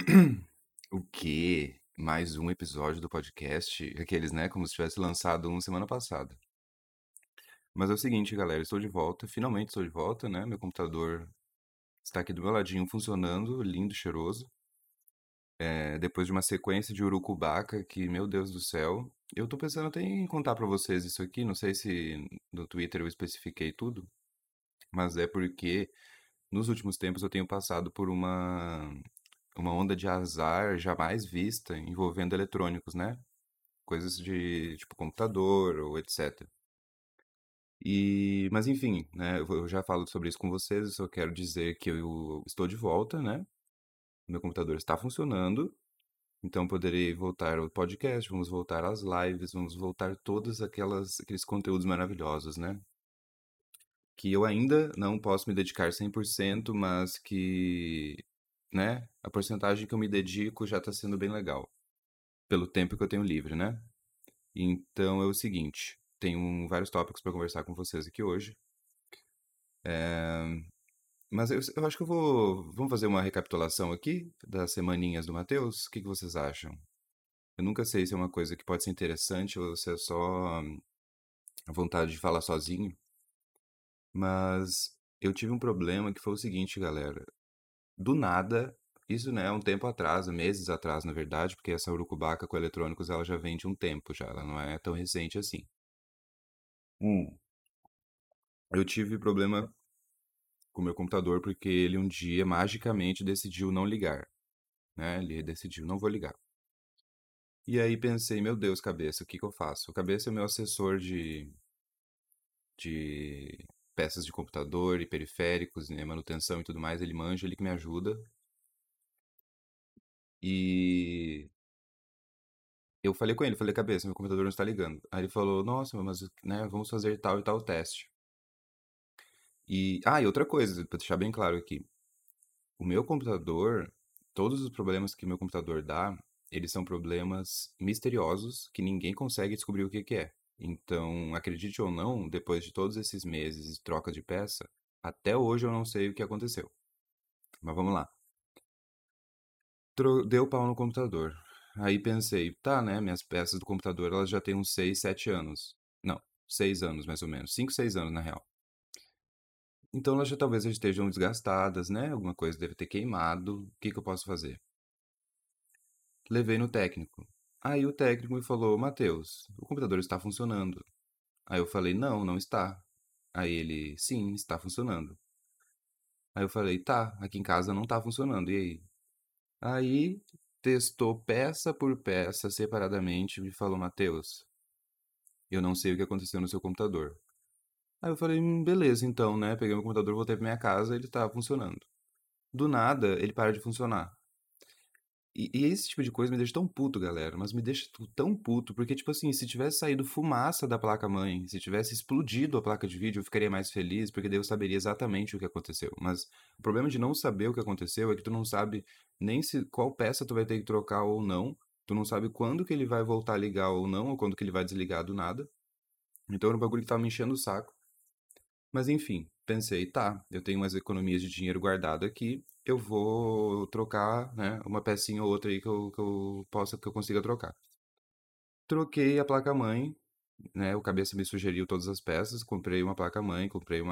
O quê? Mais um episódio do podcast? Aqueles, né? Como se tivesse lançado um semana passada. Mas é o seguinte, galera, estou de volta. Finalmente estou de volta, né? Meu computador está aqui do meu ladinho funcionando, lindo, cheiroso. Depois de uma sequência de urucubaca que, meu Deus do céu. Eu tô pensando até em contar pra vocês isso aqui. Não sei se no Twitter eu especifiquei tudo, mas é porque nos últimos tempos eu tenho passado por uma onda de azar jamais vista envolvendo eletrônicos, né? Coisas de tipo computador ou etc. Mas enfim, né? Eu já falo sobre isso com vocês, eu só quero dizer que eu estou de volta, né? Meu computador está funcionando, então poderei voltar ao podcast, vamos voltar às lives, vamos voltar todos aqueles conteúdos maravilhosos, né? Que eu ainda não posso me dedicar 100%, mas que, né? A porcentagem que eu me dedico já está sendo bem legal, pelo tempo que eu tenho livre, né? Então é o seguinte, tenho vários tópicos para conversar com vocês aqui hoje. Mas eu acho que eu vou. Vamos fazer uma recapitulação aqui das semaninhas do Matheus? O que vocês acham? Eu nunca sei se é uma coisa que pode ser interessante ou se é só a vontade de falar sozinho. Mas eu tive um problema que foi o seguinte, galera. Do nada, isso né, um tempo atrás, meses atrás, na verdade, porque essa urucubaca com eletrônicos ela já vem de um tempo já, ela não é tão recente assim. Hum. Eu tive problema com o meu computador porque ele um dia magicamente decidiu não ligar, né? Ele decidiu, não vou ligar. E aí pensei, meu Deus, cabeça, o que que eu faço? O cabeça é meu assessor de peças de computador e periféricos, né, manutenção e tudo mais, ele manja, ele que me ajuda. E eu falei com ele, falei, cabeça, meu computador não está ligando. Aí ele falou, nossa, mas né, vamos fazer tal e tal teste. E outra coisa, para deixar bem claro aqui, o meu computador, todos os problemas que o meu computador dá, eles são problemas misteriosos que ninguém consegue descobrir o que que é. Então, acredite ou não, depois de todos esses meses de troca de peça, até hoje eu não sei o que aconteceu. Mas vamos lá. Deu pau no computador. Aí pensei, tá, né? Minhas peças do computador elas já têm uns 6, 7 anos. Não, 6 anos mais ou menos. 5, 6 anos na real. Então elas já talvez já estejam desgastadas, né? Alguma coisa deve ter queimado. O que que eu posso fazer? Levei no técnico. Aí o técnico me falou, Matheus, o computador está funcionando. Aí eu falei, não, não está. Aí ele, sim, está funcionando. Aí eu falei, tá, aqui em casa não está funcionando, e aí? Aí testou peça por peça separadamente e me falou, Matheus, eu não sei o que aconteceu no seu computador. Aí eu falei, beleza então, né? Peguei meu computador, voltei pra minha casa, ele estava funcionando. Do nada, ele para de funcionar. E esse tipo de coisa me deixa tão puto, galera. Mas me deixa tão puto, porque, tipo assim, se tivesse saído fumaça da placa-mãe, se tivesse explodido a placa de vídeo, eu ficaria mais feliz, porque daí eu saberia exatamente o que aconteceu. Mas o problema de não saber o que aconteceu é que tu não sabe nem se qual peça tu vai ter que trocar ou não. Tu não sabe quando que ele vai voltar a ligar ou não, ou quando que ele vai desligar do nada. Então era um bagulho que tava me enchendo o saco. Mas enfim, pensei, tá, eu tenho umas economias de dinheiro guardado aqui, eu vou trocar, né, uma pecinha ou outra aí que eu consiga trocar. Troquei a placa-mãe, né, o cabeça me sugeriu todas as peças, comprei uma placa-mãe,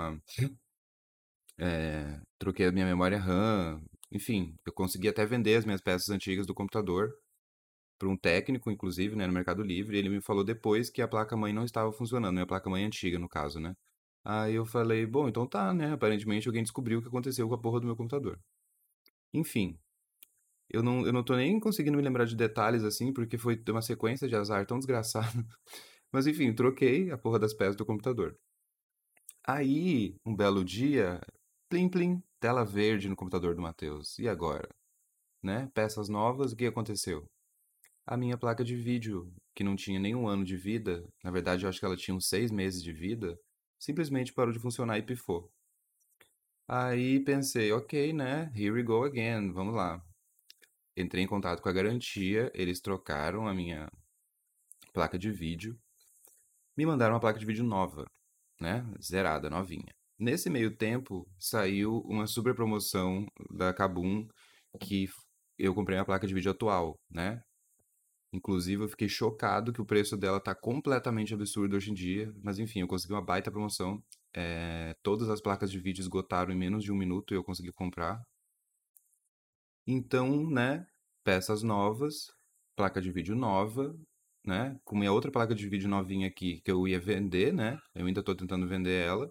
troquei a minha memória RAM, enfim, eu consegui até vender as minhas peças antigas do computador para um técnico, inclusive, né, no Mercado Livre, e ele me falou depois que a placa-mãe não estava funcionando, minha placa-mãe antiga, no caso, né. Aí eu falei, bom, então tá, né? Aparentemente alguém descobriu o que aconteceu com a porra do meu computador. Enfim, eu não tô nem conseguindo me lembrar de detalhes assim, porque foi uma sequência de azar tão desgraçada. Mas enfim, troquei a porra das peças do computador. Aí, um belo dia, plim plim, tela verde no computador do Matheus. E agora? Né? Peças novas, o que aconteceu? A minha placa de vídeo, que não tinha nenhum ano de vida, na verdade eu acho que ela tinha uns 6 meses de vida, simplesmente parou de funcionar e pifou. Aí pensei, ok, né? Here we go again, vamos lá. Entrei em contato com a garantia, eles trocaram a minha placa de vídeo, me mandaram uma placa de vídeo nova, né? Zerada, novinha. Nesse meio tempo, saiu uma super promoção da Kabum que eu comprei a placa de vídeo atual, né? Inclusive, eu fiquei chocado que o preço dela tá completamente absurdo hoje em dia. Mas enfim, eu consegui uma baita promoção. Todas as placas de vídeo esgotaram em menos de um minuto e eu consegui comprar. Então, né, peças novas, placa de vídeo nova, né? Com minha outra placa de vídeo novinha aqui que eu ia vender, né? Eu ainda tô tentando vender ela.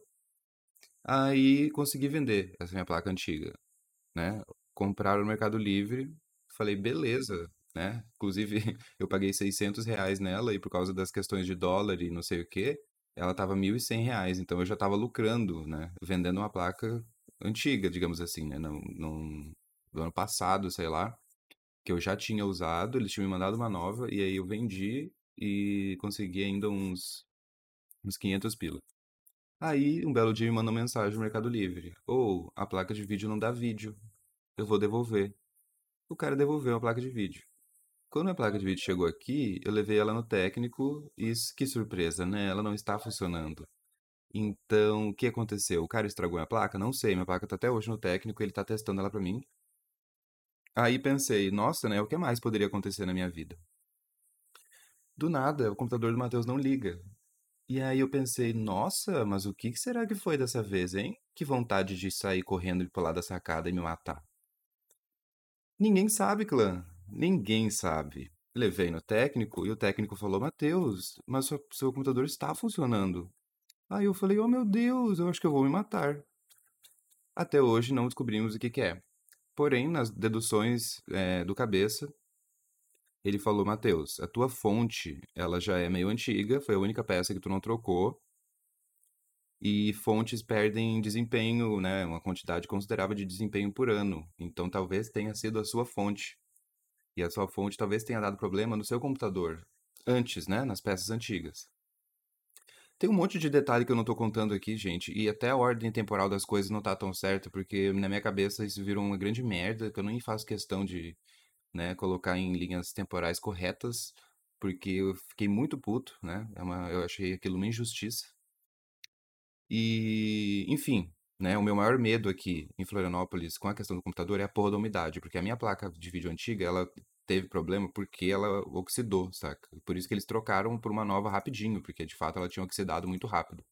Aí consegui vender essa minha placa antiga, né? Compraram no Mercado Livre, falei, beleza, né? Inclusive, eu paguei R$ 600 nela e por causa das questões de dólar e não sei o quê, ela tava R$ 1.100, então eu já tava lucrando, né? Vendendo uma placa antiga, digamos assim, né? Do ano passado, sei lá, que eu já tinha usado, eles tinham me mandado uma nova e aí eu vendi e consegui ainda uns 500 pila. Aí, um belo dia me mandou mensagem no Mercado Livre. Ou, a placa de vídeo não dá vídeo. Eu vou devolver. O cara devolveu a placa de vídeo. Quando a placa de vídeo chegou aqui, eu levei ela no técnico e que surpresa, né? Ela não está funcionando. Então, o que aconteceu? O cara estragou a placa? Não sei, minha placa tá até hoje no técnico, ele tá testando ela pra mim. Aí pensei, nossa, né? O que mais poderia acontecer na minha vida? Do nada, o computador do Matheus não liga. E aí eu pensei, nossa, mas o que será que foi dessa vez, hein? Que vontade de sair correndo e pular da sacada e me matar. Ninguém sabe, clã. Ninguém sabe. Levei no técnico e o técnico falou: Matheus, mas seu computador está funcionando. Aí eu falei: Oh meu Deus, eu acho que eu vou me matar. Até hoje não descobrimos o que é. Porém, nas deduções do cabeça, ele falou: Matheus, a tua fonte ela já é meio antiga, foi a única peça que tu não trocou. E fontes perdem desempenho, né? Uma quantidade considerável de desempenho por ano. Então talvez tenha sido a sua fonte. E a sua fonte talvez tenha dado problema no seu computador. Antes, né? Nas peças antigas. Tem um monte de detalhe que eu não tô contando aqui, gente. E até a ordem temporal das coisas não tá tão certa, porque na minha cabeça isso virou uma grande merda, que eu nem faço questão de, né, colocar em linhas temporais corretas, porque eu fiquei muito puto, né? Eu achei aquilo uma injustiça. E, enfim, né, o meu maior medo aqui em Florianópolis com a questão do computador é a porra da umidade, porque a minha placa de vídeo antiga, ela teve problema porque ela oxidou, saca? Por isso que eles trocaram por uma nova rapidinho, porque de fato ela tinha oxidado muito rápido.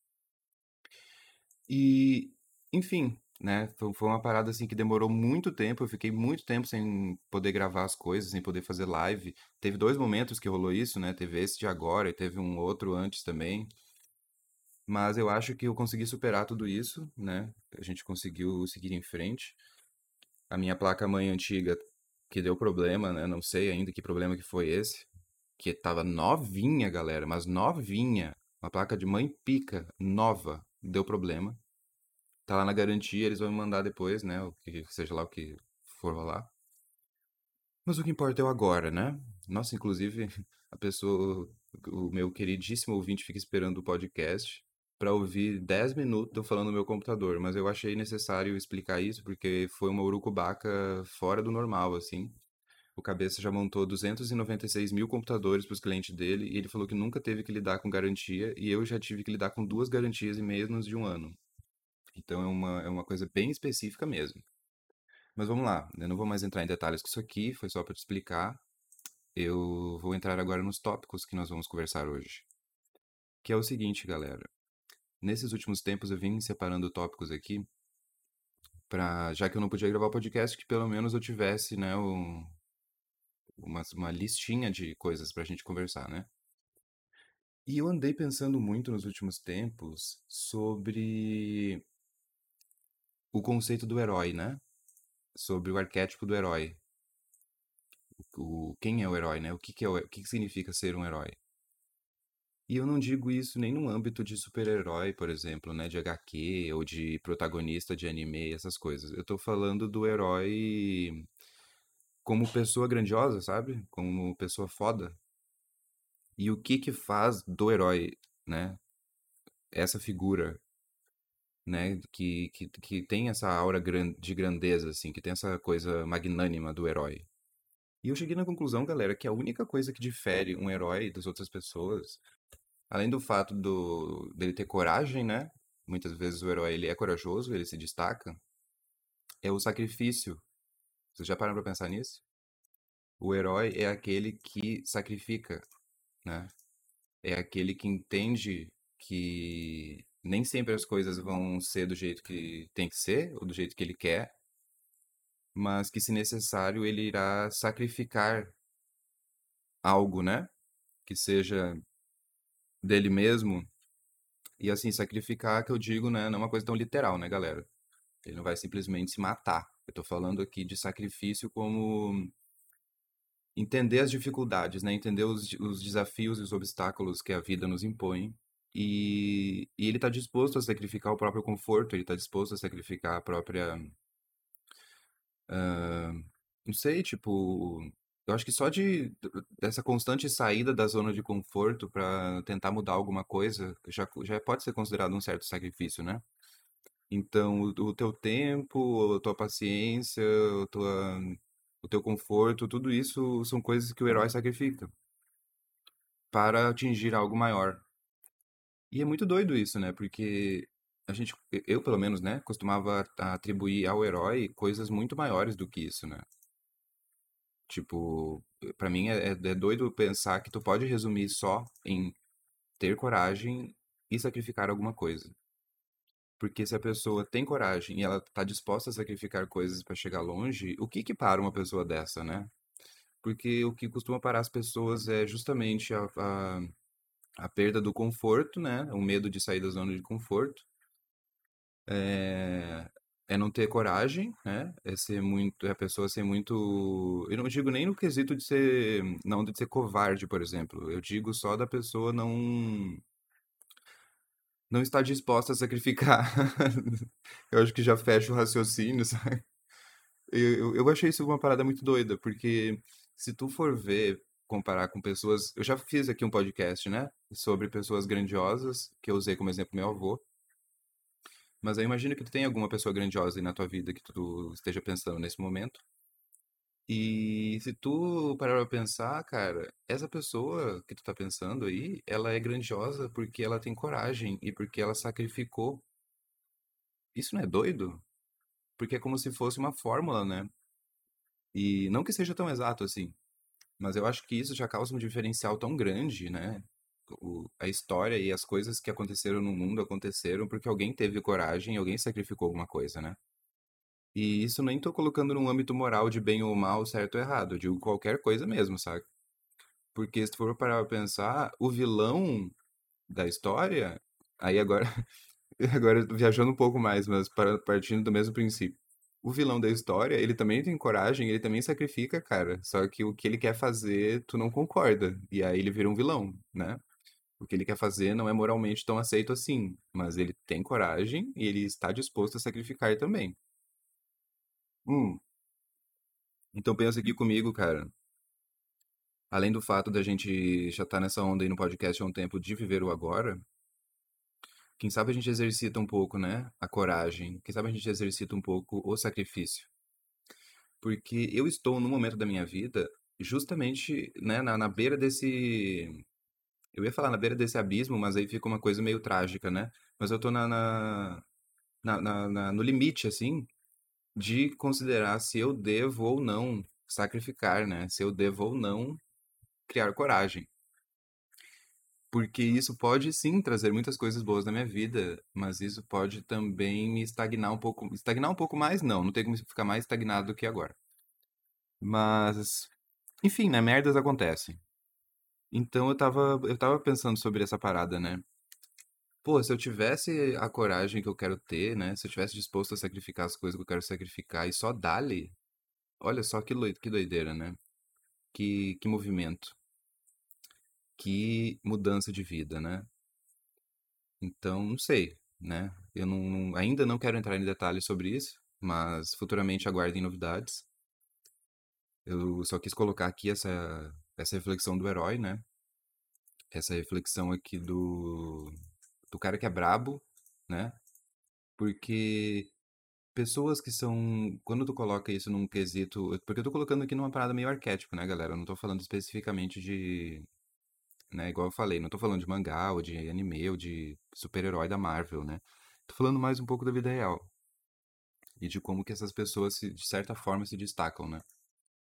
E, enfim, né, foi uma parada assim que demorou muito tempo, eu fiquei muito tempo sem poder gravar as coisas, sem poder fazer live. Teve dois momentos que rolou isso, né? Teve esse de agora e teve um outro antes também. Mas eu acho que eu consegui superar tudo isso, né? A gente conseguiu seguir em frente. A minha placa-mãe antiga, que deu problema, né? Não sei ainda que problema que foi esse. Que tava novinha, galera, mas novinha. Uma placa de mãe pica, nova, deu problema. Tá lá na garantia, eles vão me mandar depois, né? O que seja lá o que for rolar. Mas o que importa é o agora, né? Nossa, inclusive, a pessoa, o meu queridíssimo ouvinte fica esperando o podcast para ouvir 10 minutos eu falando no meu computador, mas eu achei necessário explicar isso porque foi uma urucubaca fora do normal, assim. O cabeça já montou 296 mil computadores para os clientes dele e ele falou que nunca teve que lidar com garantia e eu já tive que lidar com duas garantias em menos de um ano. Então é uma coisa bem específica mesmo. Mas vamos lá, eu não vou mais entrar em detalhes com isso aqui, foi só para te explicar. Eu vou entrar agora nos tópicos que nós vamos conversar hoje. Que é o seguinte, galera. Nesses últimos tempos eu vim separando tópicos aqui para, já que eu não podia gravar o podcast, que pelo menos eu tivesse, né, uma listinha de coisas pra gente conversar, né? E eu andei pensando muito nos últimos tempos sobre o conceito do herói, né? Sobre o arquétipo do herói. Quem é o herói, né? O que que significa ser um herói? E eu não digo isso nem no âmbito de super-herói, por exemplo, né, de HQ ou de protagonista de anime, essas coisas. Eu tô falando do herói como pessoa grandiosa, sabe? Como pessoa foda. E o que que faz do herói, né, essa figura, né, que tem essa aura de grandeza, assim, que tem essa coisa magnânima do herói. E eu cheguei na conclusão, galera, que a única coisa que difere um herói das outras pessoas, além do fato dele ter coragem, né? Muitas vezes o herói ele é corajoso, ele se destaca. É o sacrifício. Vocês já pararam pra pensar nisso? O herói é aquele que sacrifica, né? É aquele que entende que nem sempre as coisas vão ser do jeito que tem que ser, ou do jeito que ele quer, mas que, se necessário, ele irá sacrificar algo, né? Que seja dele mesmo. E assim, sacrificar, que eu digo, né? Não é uma coisa tão literal, né, galera? Ele não vai simplesmente se matar. Eu tô falando aqui de sacrifício como entender as dificuldades, né? Entender os desafios e os obstáculos que a vida nos impõe. E ele está disposto a sacrificar o próprio conforto, ele está disposto a sacrificar a própria. ah, não sei, tipo. Eu acho que só dessa constante saída da zona de conforto para tentar mudar alguma coisa já pode ser considerado um certo sacrifício, né? Então, o teu tempo, a tua paciência, o teu conforto, tudo isso são coisas que o herói sacrifica para atingir algo maior. E é muito doido isso, né? Porque a gente, eu pelo menos, né, costumava atribuir ao herói coisas muito maiores do que isso, né? Tipo, pra mim é doido pensar que tu pode resumir só em ter coragem e sacrificar alguma coisa. Porque se a pessoa tem coragem e ela tá disposta a sacrificar coisas pra chegar longe, o que que para uma pessoa dessa, né? Porque o que costuma parar as pessoas é justamente a perda do conforto, né? O medo de sair da zona de conforto. É, é não ter coragem, né? É ser muito, é a pessoa ser muito, eu não digo nem no quesito de ser, não de ser covarde, por exemplo. Eu digo só da pessoa não estar disposta a sacrificar. Eu acho que já fecha o raciocínio, sabe? Eu achei isso uma parada muito doida, porque se tu for ver, comparar com pessoas, eu já fiz aqui um podcast, né, sobre pessoas grandiosas, que eu usei como exemplo meu avô. Mas eu imagino que tu tem alguma pessoa grandiosa aí na tua vida que tu esteja pensando nesse momento. E se tu parar pra pensar, cara, essa pessoa que tu tá pensando aí, ela é grandiosa porque ela tem coragem e porque ela sacrificou. Isso não é doido? Porque é como se fosse uma fórmula, né? E não que seja tão exato assim, mas eu acho que isso já causa um diferencial tão grande, né? A história e as coisas que aconteceram no mundo aconteceram porque alguém teve coragem e alguém sacrificou alguma coisa, né? E isso nem tô colocando num âmbito moral de bem ou mal, certo ou errado. Eu digo qualquer coisa mesmo, sabe? Porque se tu for parar pra pensar, o vilão da história. Aí agora, agora eu tô viajando um pouco mais, mas partindo do mesmo princípio. O vilão da história, ele também tem coragem, ele também sacrifica, cara. Só que o que ele quer fazer, tu não concorda. E aí ele vira um vilão, né? O que ele quer fazer não é moralmente tão aceito assim. Mas ele tem coragem e ele está disposto a sacrificar também. Hum, então pensa aqui comigo, cara. Além do fato da gente já estar nessa onda aí no podcast há um tempo de viver o agora, quem sabe a gente exercita um pouco, né, a coragem. Quem sabe a gente exercita um pouco o sacrifício. Porque eu estou no momento da minha vida justamente, né, na beira desse. Eu ia falar na beira desse abismo, mas aí fica uma coisa meio trágica, né? Mas eu tô no limite, assim, de considerar se eu devo ou não sacrificar, né? Se eu devo ou não criar coragem. Porque isso pode sim trazer muitas coisas boas na minha vida, mas isso pode também me estagnar um pouco. Estagnar um pouco mais, não. Não tem como ficar mais estagnado do que agora. Mas, enfim, né? Merdas acontecem. Então eu tava pensando sobre essa parada, né? Pô, se eu tivesse a coragem que eu quero ter, né? Se eu tivesse disposto a sacrificar as coisas que eu quero sacrificar e só dali, olha só que doideira, né? Que movimento, que mudança de vida, né? Então, não sei, né? Eu ainda não quero entrar em detalhes sobre isso, mas futuramente aguardem novidades. Eu só quis colocar aqui essa reflexão do herói, né? Essa reflexão aqui do cara que é brabo, né? Porque pessoas que são. Quando tu coloca isso num quesito. Porque eu tô colocando aqui numa parada meio arquétipo, né, galera? Eu não tô falando especificamente de. Né, igual eu falei, não tô falando de mangá, ou de anime, ou de super-herói da Marvel, né? Tô falando mais um pouco da vida real. E de como que essas pessoas, de certa forma, se destacam, né?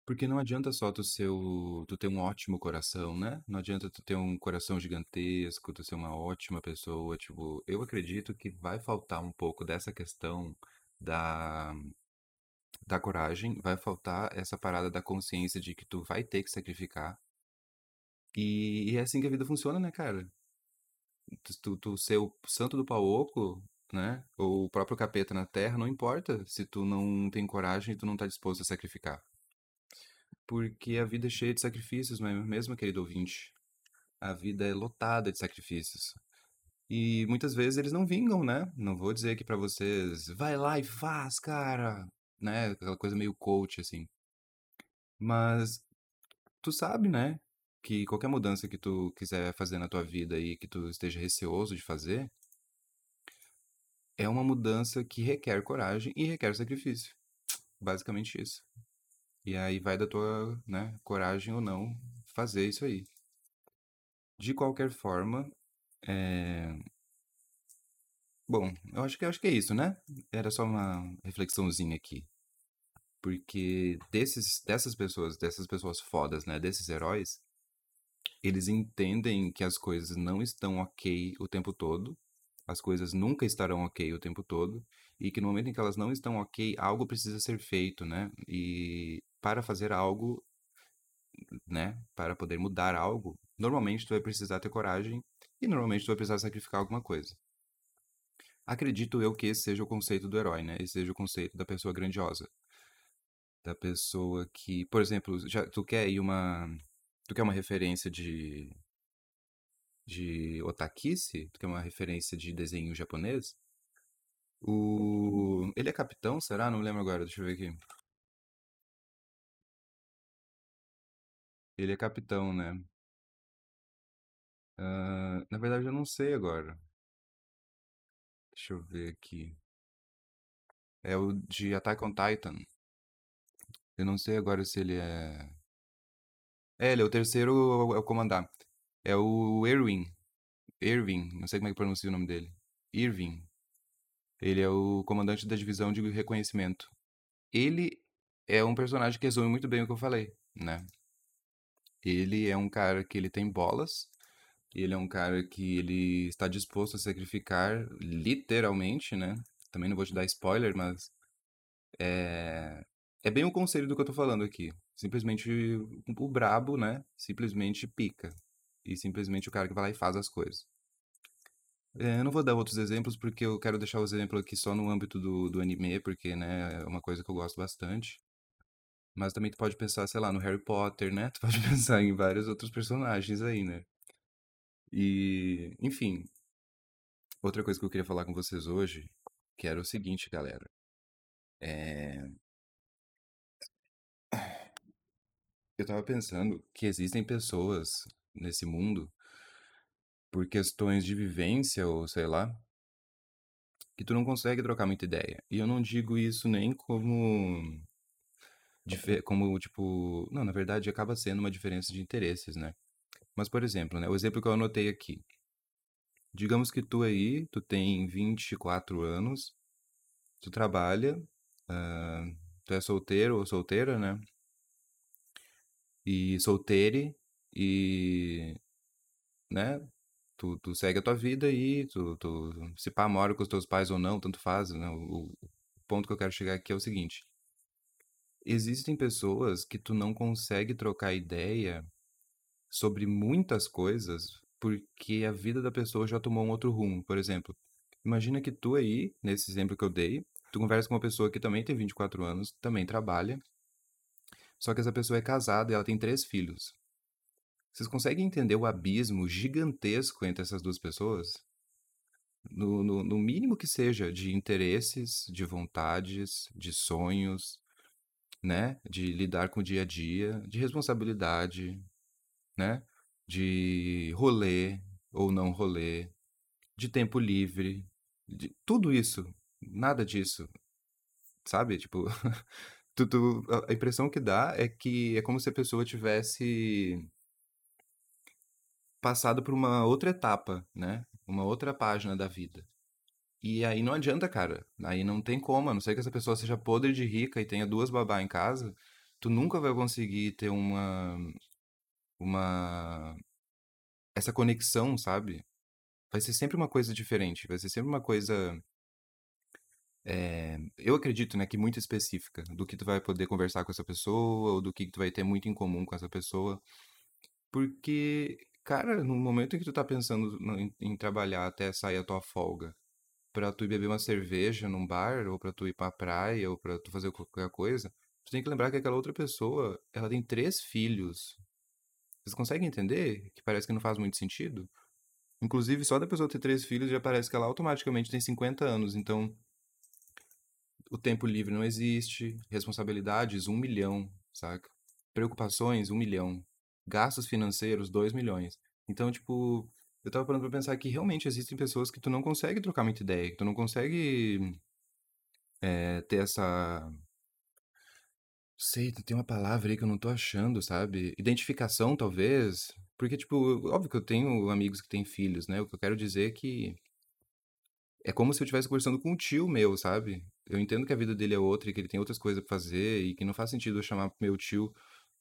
Porque não adianta só tu ter um ótimo coração, né? Não adianta tu ter um coração gigantesco, tu ser uma ótima pessoa, tipo, eu acredito que vai faltar um pouco dessa questão da, da coragem, vai faltar essa parada da consciência de que tu vai ter que sacrificar. E é assim que a vida funciona, né, cara? Tu ser o santo do pau oco, né? Ou o próprio capeta na terra, não importa se tu não tem coragem e tu não tá disposto a sacrificar. Porque a vida é cheia de sacrifícios, não é mesmo, querido ouvinte? A vida é lotada de sacrifícios. E muitas vezes eles não vingam, né? Não vou dizer aqui pra vocês, vai lá e faz, cara, né? Aquela coisa meio coach, assim. Mas tu sabe, né? Que qualquer mudança que tu quiser fazer na tua vida e que tu esteja receoso de fazer, é uma mudança que requer coragem e requer sacrifício. Basicamente isso. E aí vai da tua, né, coragem ou não fazer isso aí. De qualquer forma, é... bom, acho que é isso, né? Era só uma reflexãozinha aqui. Porque dessas pessoas fodas, né, desses heróis, eles entendem que as coisas não estão ok o tempo todo, as coisas nunca estarão ok o tempo todo, e que no momento em que elas não estão ok, algo precisa ser feito, né? E para fazer algo, né, para poder mudar algo, normalmente tu vai precisar ter coragem e normalmente tu vai precisar sacrificar alguma coisa. Acredito eu que esse seja o conceito do herói, né? Esse seja o conceito da pessoa grandiosa, da pessoa que, por exemplo, já tu quer uma referência de otakice? Tu quer uma referência de desenho japonês? Ele é capitão, será? Não me lembro agora, deixa eu ver aqui. Ele é capitão, né? Ah, na verdade, eu não sei agora. Deixa eu ver aqui. É o de Attack on Titan. Eu não sei agora se ele é. É, ele é o terceiro ao comandar. É o Erwin. Irving, não sei como é que pronuncia o nome dele. Irving. Ele é o comandante da divisão de reconhecimento. Ele é um personagem que resume muito bem o que eu falei, né? Ele é um cara que ele tem bolas, ele é um cara que ele está disposto a sacrificar literalmente, né? Também não vou te dar spoiler, mas é bem o conselho do que eu tô falando aqui. Simplesmente o brabo, né? Simplesmente pica. E simplesmente o cara que vai lá e faz as coisas. Eu não vou dar outros exemplos porque eu quero deixar os exemplos aqui só no âmbito do anime, porque, né, é uma coisa que eu gosto bastante. Mas também tu pode pensar, sei lá, no Harry Potter, né? Tu pode pensar em vários outros personagens aí, né? E, enfim, outra coisa que eu queria falar com vocês hoje, que era o seguinte, galera. É... Eu tava pensando que existem pessoas nesse mundo, por questões de vivência ou sei lá, que tu não consegue trocar muita ideia. E eu não digo isso nem como, tipo. Não, na verdade acaba sendo uma diferença de interesses, né? Mas, por exemplo, né? O exemplo que eu anotei aqui. Digamos que tu aí, tu tem 24 anos, tu trabalha, ah, tu é solteiro ou solteira, né? E solteire, e, né? Tu segue a tua vida aí, tu se pá, mora com os teus pais ou não, tanto faz, né? O ponto que eu quero chegar aqui é o seguinte. Existem pessoas que tu não consegue trocar ideia sobre muitas coisas porque a vida da pessoa já tomou um outro rumo. Por exemplo, imagina que tu aí, nesse exemplo que eu dei, tu conversa com uma pessoa que também tem 24 anos, também trabalha, só que essa pessoa é casada e ela tem 3 filhos. Vocês conseguem entender o abismo gigantesco entre essas duas pessoas? No mínimo que seja de interesses, de vontades, de sonhos, né? De lidar com o dia a dia, de responsabilidade, né? De rolê ou não rolê, de tempo livre, de tudo isso, nada disso, sabe? Tipo, a impressão que dá é que é como se a pessoa tivesse passado por uma outra etapa, né? Uma outra página da vida. E aí não adianta, cara. Aí não tem como, a não ser que essa pessoa seja podre de rica e tenha 2 babá em casa, tu nunca vai conseguir ter uma, essa conexão, sabe? Vai ser sempre uma coisa diferente, vai ser sempre uma coisa, eu acredito, né, que muito específica, do que tu vai poder conversar com essa pessoa, ou do que tu vai ter muito em comum com essa pessoa, porque, cara, no momento em que tu tá pensando em trabalhar até sair a tua folga, pra tu ir beber uma cerveja num bar, ou pra tu ir pra praia, ou pra tu fazer qualquer coisa, tu tem que lembrar que aquela outra pessoa, ela tem 3 filhos. Vocês conseguem entender? Que parece que não faz muito sentido? Inclusive, só da pessoa ter 3 filhos já parece que ela automaticamente tem 50 anos. Então, o tempo livre não existe, responsabilidades, 1 milhão, saca? Preocupações, 1 milhão. Gastos financeiros, 2 milhões. Então, tipo, eu tava parando pra pensar que realmente existem pessoas que tu não consegue trocar muita ideia, que tu não consegue ter essa. Sei, tem uma palavra aí que eu não tô achando, sabe? Identificação, talvez. Porque, tipo, óbvio que eu tenho amigos que têm filhos, né? O que eu quero dizer é que é como se eu estivesse conversando com um tio meu, sabe? Eu entendo que a vida dele é outra e que ele tem outras coisas pra fazer e que não faz sentido eu chamar meu tio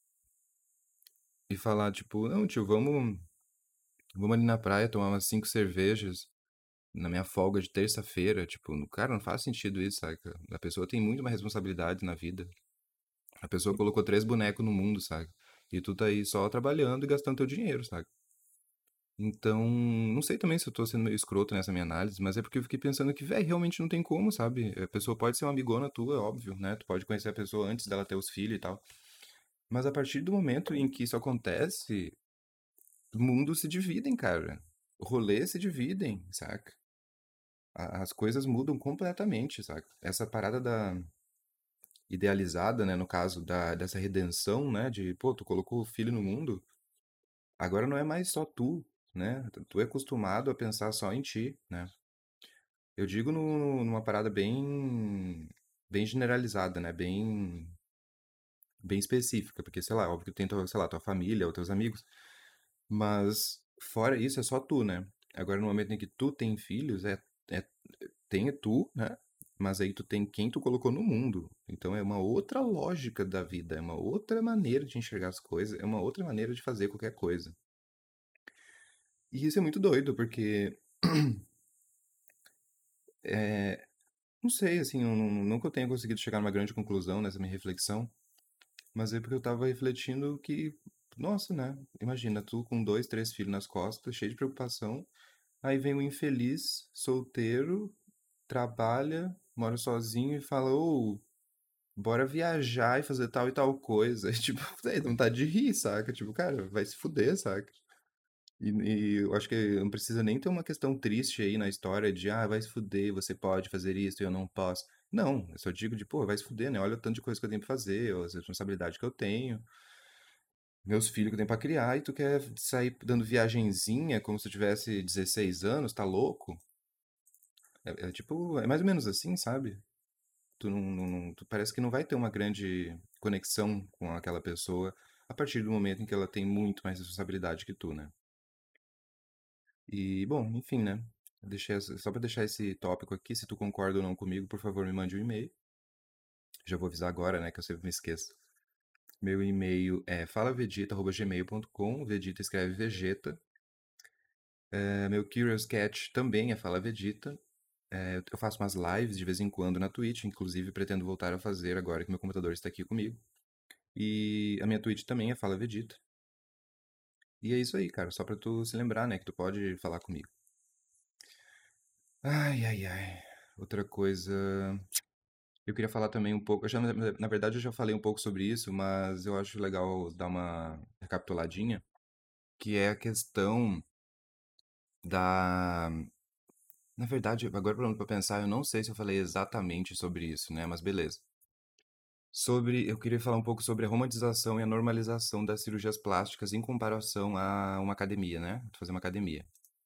e falar, tipo, não, tio, vamos ali na praia tomar umas 5 cervejas na minha folga de terça-feira. Tipo, cara, não faz sentido isso, saca? A pessoa tem muito mais responsabilidade na vida. A pessoa colocou 3 bonecos no mundo, saca? E tu tá aí só trabalhando e gastando teu dinheiro, saca? Então, não sei também se eu tô sendo meio escroto nessa minha análise, mas é porque eu fiquei pensando que, velho, realmente não tem como, sabe? A pessoa pode ser uma amigona tua, é óbvio, né? Tu pode conhecer a pessoa antes dela ter os filhos e tal. Mas a partir do momento em que isso acontece, mundos se dividem, cara. Rolês se dividem, saca? As coisas mudam completamente, saca? Essa parada da idealizada, né, no caso dessa redenção, né, de, pô, tu colocou o filho no mundo, agora não é mais só tu, né? Tu é acostumado a pensar só em ti, né? Eu digo numa parada bem generalizada, né? Bem específica, porque, sei lá, óbvio que tem, sei lá, tua família ou teus amigos, mas fora isso é só tu, né? Agora, no momento em que tu tem filhos, é tem tu, né? Mas aí tu tem quem tu colocou no mundo. Então é uma outra lógica da vida, é uma outra maneira de enxergar as coisas, é uma outra maneira de fazer qualquer coisa. E isso é muito doido, porque não sei, assim, não que eu tenha conseguido chegar numa grande conclusão nessa minha reflexão, mas é porque eu tava refletindo que, nossa, né? Imagina, tu com 2, 3 filhos nas costas, cheio de preocupação, aí vem um infeliz, solteiro, trabalha, mora sozinho e fala, ô, bora viajar e fazer tal e tal coisa. E, tipo, dá vontade de rir, saca? Tipo, cara, vai se fuder, saca? E eu acho que não precisa nem ter uma questão triste aí na história de, ah, vai se fuder, você pode fazer isso e eu não posso. Não, eu só digo de, pô, vai se fuder, né? Olha o tanto de coisa que eu tenho pra fazer, as responsabilidades que eu tenho, meus filhos que eu tenho pra criar, e tu quer sair dando viagenzinha como se eu tivesse 16 anos, tá louco? É tipo, é mais ou menos assim, sabe? Tu parece que não vai ter uma grande conexão com aquela pessoa a partir do momento em que ela tem muito mais responsabilidade que tu, né? E, bom, enfim, né? Só pra deixar esse tópico aqui, se tu concorda ou não comigo, por favor, me mande um e-mail. Já vou avisar agora, né, que eu sempre me esqueço. Meu e-mail é falavegeta@gmail.com. Vegeta escreve Vegeta. Meu Curious Cat também é Fala Vegeta. Eu faço umas lives de vez em quando na Twitch, inclusive pretendo voltar a fazer agora que meu computador está aqui comigo. E a minha Twitch também é Fala Vegeta. E é isso aí, cara. Só pra tu se lembrar, né? Que tu pode falar comigo. Ai, ai, ai. Outra coisa. Eu queria falar também um pouco. Na verdade, eu já falei um pouco sobre isso, mas eu acho legal dar uma recapituladinha. Que é a questão da. Na verdade, agora parando pra pensar, eu não sei se eu falei exatamente sobre isso, né? Mas beleza. Eu queria falar um pouco sobre a romantização e a normalização das cirurgias plásticas em comparação a uma academia, né? Fazer uma academia.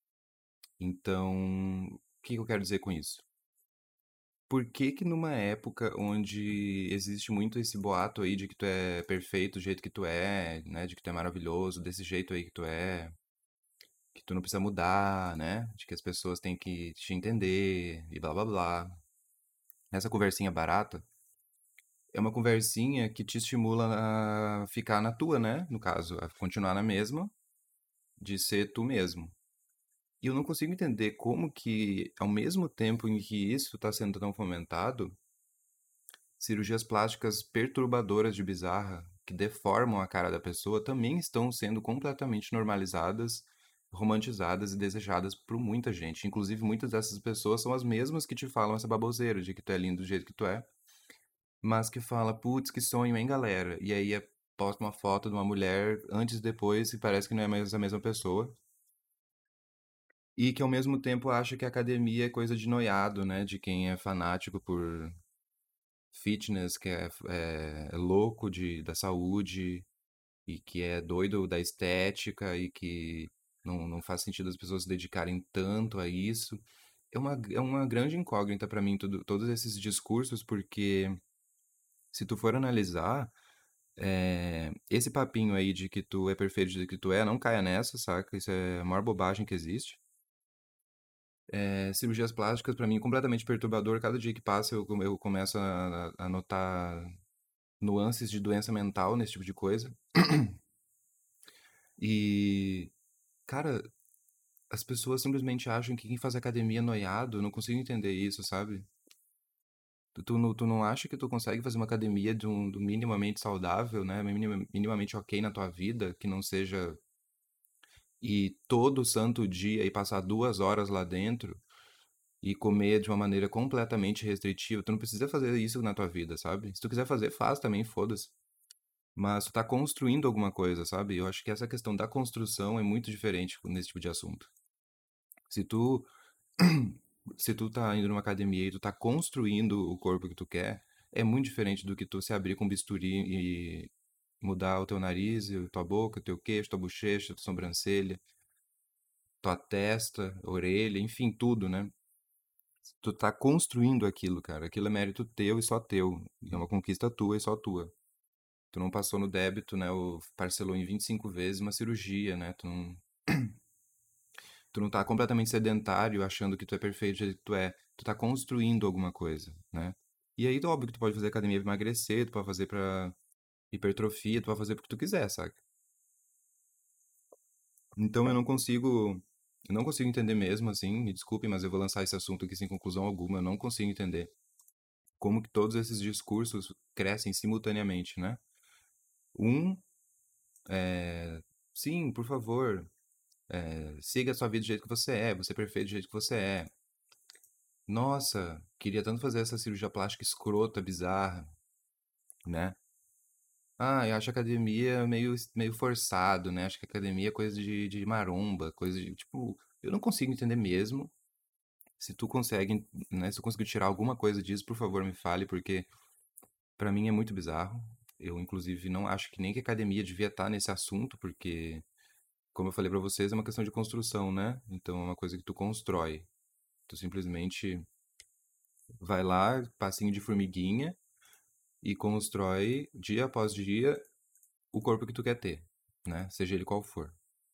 Então, o que eu quero dizer com isso? Por que que numa época onde existe muito esse boato aí de que tu é perfeito do jeito que tu é, né? De que tu é maravilhoso desse jeito aí que tu não precisa mudar, né? De que as pessoas têm que te entender e blá blá blá. Essa conversinha barata, é uma conversinha que te estimula a ficar na tua, né? No caso, a continuar na mesma, de ser tu mesmo. E eu não consigo entender como que, ao mesmo tempo em que isso está sendo tão fomentado, cirurgias plásticas perturbadoras de bizarra, que deformam a cara da pessoa, também estão sendo completamente normalizadas, romantizadas e desejadas por muita gente. Inclusive, muitas dessas pessoas são as mesmas que te falam essa baboseira de que tu é lindo do jeito que tu é, mas que fala, putz, que sonho, hein, galera? E aí posta uma foto de uma mulher antes e depois e parece que não é mais a mesma pessoa. E que ao mesmo tempo acha que a academia é coisa de noiado, né? De quem é fanático por fitness, que é louco da saúde e que é doido da estética e que não faz sentido as pessoas se dedicarem tanto a isso. É uma grande incógnita pra mim todos esses discursos, porque se tu for analisar, esse papinho aí de que tu é perfeito do jeito que tu é, não caia nessa, saca? Isso é a maior bobagem que existe. Cirurgias plásticas, pra mim, é completamente perturbador. Cada dia que passa, eu começo a notar nuances de doença mental nesse tipo de coisa. E, cara, as pessoas simplesmente acham que quem faz academia é noiado. Eu não consigo entender isso, sabe? Tu não acha que tu consegue fazer uma academia do minimamente saudável, né? Minimamente ok na tua vida, que não seja ir todo santo dia e passar 2 horas lá dentro e comer de uma maneira completamente restritiva? Tu não precisa fazer isso na tua vida, sabe? Se tu quiser fazer, faz também, foda-se. Mas tu tá construindo alguma coisa, sabe? Eu acho que essa questão da construção é muito diferente nesse tipo de assunto. Se tu, se tu tá indo numa academia e tu tá construindo o corpo que tu quer, é muito diferente do que tu se abrir com bisturi e mudar o teu nariz, tua boca, teu queixo, tua bochecha, tua sobrancelha, tua testa, orelha, enfim, tudo, né? Tu tá construindo aquilo, cara. Aquilo é mérito teu e só teu. É uma conquista tua e só tua. Tu não passou no débito, né? Ou parcelou em 25 vezes uma cirurgia, né? Tu não tá completamente sedentário achando que tu é perfeito do jeito que tu é. Tu tá construindo alguma coisa, né? E aí, óbvio que tu pode fazer academia pra emagrecer, tu pode fazer pra hipertrofia, tu pode fazer porque tu quiser, saca? Então eu não consigo entender mesmo, assim, me desculpe, mas eu vou lançar esse assunto aqui sem conclusão alguma. Eu não consigo entender como que todos esses discursos crescem simultaneamente, né? Um, sim, por favor, siga a sua vida do jeito que você é perfeito do jeito que você é. Nossa, queria tanto fazer essa cirurgia plástica escrota, bizarra, né? Ah, eu acho a academia meio forçado, né? Acho que a academia é coisa de maromba, coisa de, tipo, eu não consigo entender mesmo. Se tu consegue, né? Se tu conseguir tirar alguma coisa disso, por favor, me fale, porque pra mim é muito bizarro. Eu, inclusive, não acho que nem que a academia devia estar nesse assunto, porque, como eu falei pra vocês, é uma questão de construção, né? Então é uma coisa que tu constrói. Tu simplesmente vai lá, passinho de formiguinha, e constrói dia após dia o corpo que tu quer ter, né? Seja ele qual for.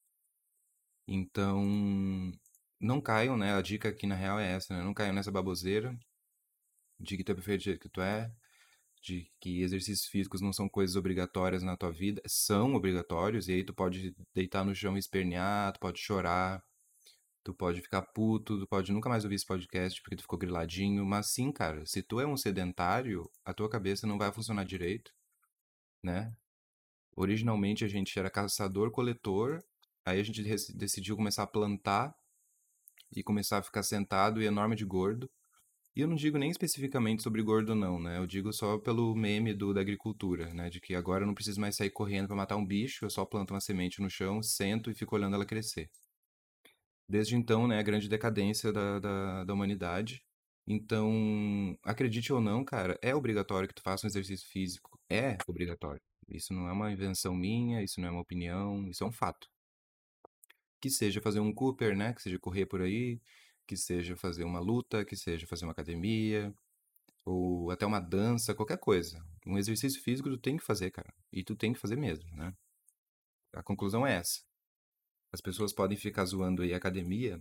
Então, não caiam, né? A dica aqui na real é essa, né? Não caiam nessa baboseira de que tu é perfeito do jeito que tu é, de que exercícios físicos não são coisas obrigatórias na tua vida. São obrigatórios, e aí tu pode deitar no chão e espernear, tu pode chorar, tu pode ficar puto, tu pode nunca mais ouvir esse podcast porque tu ficou griladinho. Mas sim, cara, se tu é um sedentário, a tua cabeça não vai funcionar direito, né? Originalmente a gente era caçador-coletor, aí a gente decidiu começar a plantar e começar a ficar sentado e enorme de gordo. E eu não digo nem especificamente sobre gordo não, né? Eu digo só pelo meme da agricultura, né? De que agora eu não preciso mais sair correndo para matar um bicho, eu só planto uma semente no chão, sento e fico olhando ela crescer. Desde então, né, a grande decadência da humanidade. Então, acredite ou não, cara, é obrigatório que tu faça um exercício físico. É obrigatório. Isso não é uma invenção minha, isso não é uma opinião, isso é um fato. Que seja fazer um Cooper, né? Que seja correr por aí, que seja fazer uma luta, que seja fazer uma academia, ou até uma dança, qualquer coisa. Um exercício físico tu tem que fazer, cara. E tu tem que fazer mesmo, né? A conclusão é essa. As pessoas podem ficar zoando aí a academia,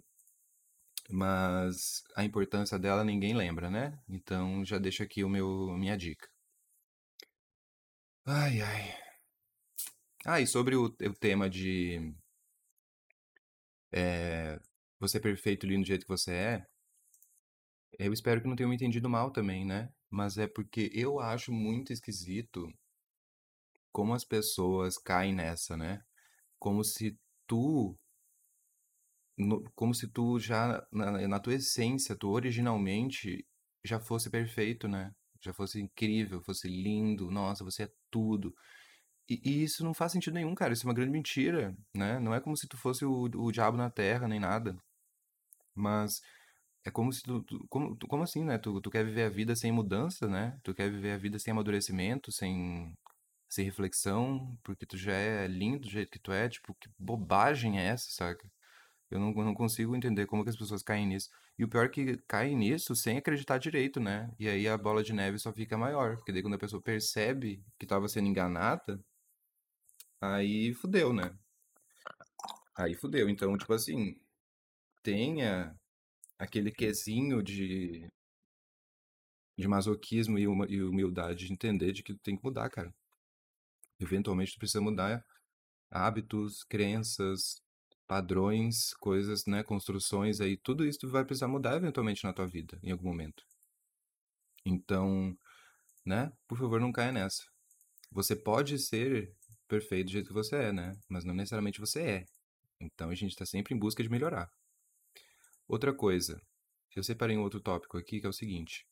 mas a importância dela ninguém lembra, né? Então já deixo aqui minha dica. Ai, ai. Ah, e sobre o tema de você é perfeito, lindo do jeito que você é, eu espero que não tenham me entendido mal também, né? Mas é porque eu acho muito esquisito como as pessoas caem nessa, né? Como se tu, como se tu já, na tua essência, tu originalmente já fosse perfeito, né? Já fosse incrível, fosse lindo, nossa, você é tudo. E isso não faz sentido nenhum, cara. Isso é uma grande mentira, né? Não é como se tu fosse o diabo na terra, nem nada. Mas é como se como assim, né? Tu quer viver a vida sem mudança, né? Tu quer viver a vida sem amadurecimento, sem reflexão, porque tu já é lindo do jeito que tu é. Tipo, que bobagem é essa, saca? Eu não consigo entender como que as pessoas caem nisso. E o pior é que caem nisso sem acreditar direito, né? E aí a bola de neve só fica maior. Porque daí quando a pessoa percebe que estava sendo enganada, aí fudeu, né? Aí fudeu. Então, tipo assim, tenha aquele quesinho de masoquismo e humildade de entender de que tu tem que mudar, cara. Eventualmente tu precisa mudar hábitos, crenças, padrões, coisas, né, construções aí, tudo isso tu vai precisar mudar eventualmente na tua vida, em algum momento. Então, né, por favor, não caia nessa. Você pode ser perfeito do jeito que você é, né, mas não necessariamente você é. Então a gente tá sempre em busca de melhorar. Outra coisa, eu separei um outro tópico aqui que é o seguinte: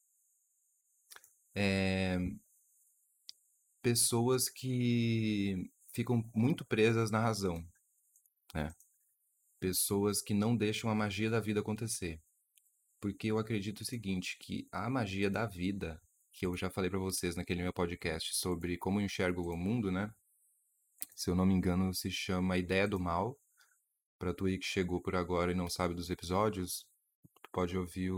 é, pessoas que ficam muito presas na razão, né? Pessoas que não deixam a magia da vida acontecer. Porque eu acredito o seguinte, que a magia da vida, que eu já falei pra vocês naquele meu podcast sobre como eu enxergo o mundo, né? Se eu não me engano, se chama A Ideia do Mal. Pra tu aí que chegou por agora e não sabe dos episódios, tu pode ouvir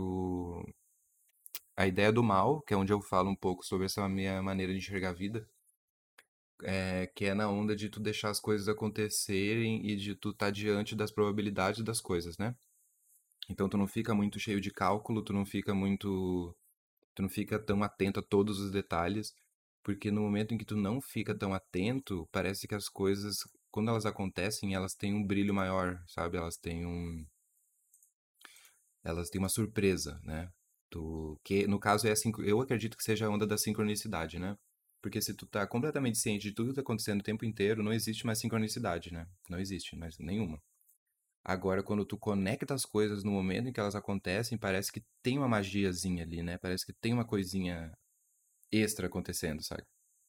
A Ideia do Mal, que é onde eu falo um pouco sobre essa minha maneira de enxergar a vida. Que é na onda de tu deixar as coisas acontecerem e de tu estar diante das probabilidades das coisas, né? Então tu não fica muito cheio de cálculo, tu não fica tão atento a todos os detalhes, porque no momento em que tu não fica tão atento, parece que as coisas, quando elas acontecem, elas têm um brilho maior, sabe? Elas têm uma surpresa, né? Que no caso é assim, eu acredito que seja a onda da sincronicidade, né? Porque se tu tá completamente ciente de tudo que tá acontecendo o tempo inteiro, não existe mais sincronicidade, né? Não existe mais nenhuma. Agora, quando tu conecta as coisas no momento em que elas acontecem, parece que tem uma magiazinha ali, né? Parece que tem uma coisinha extra acontecendo, sabe?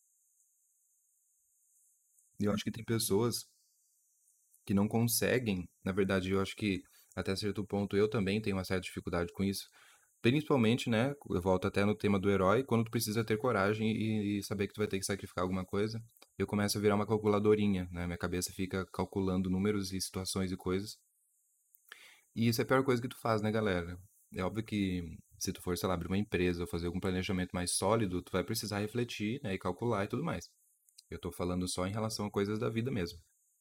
E eu acho que tem pessoas que não conseguem, na verdade, eu acho que até certo ponto eu também tenho uma certa dificuldade com isso. Principalmente, né? Eu volto até no tema do herói, quando tu precisa ter coragem e saber que tu vai ter que sacrificar alguma coisa. Eu começo a virar uma calculadorinha, né? Minha cabeça fica calculando números e situações e coisas. E isso é a pior coisa que tu faz, né, galera? É óbvio que se tu for, sei lá, abrir uma empresa ou fazer algum planejamento mais sólido, tu vai precisar refletir, né, e calcular e tudo mais. Eu tô falando só em relação a coisas da vida mesmo.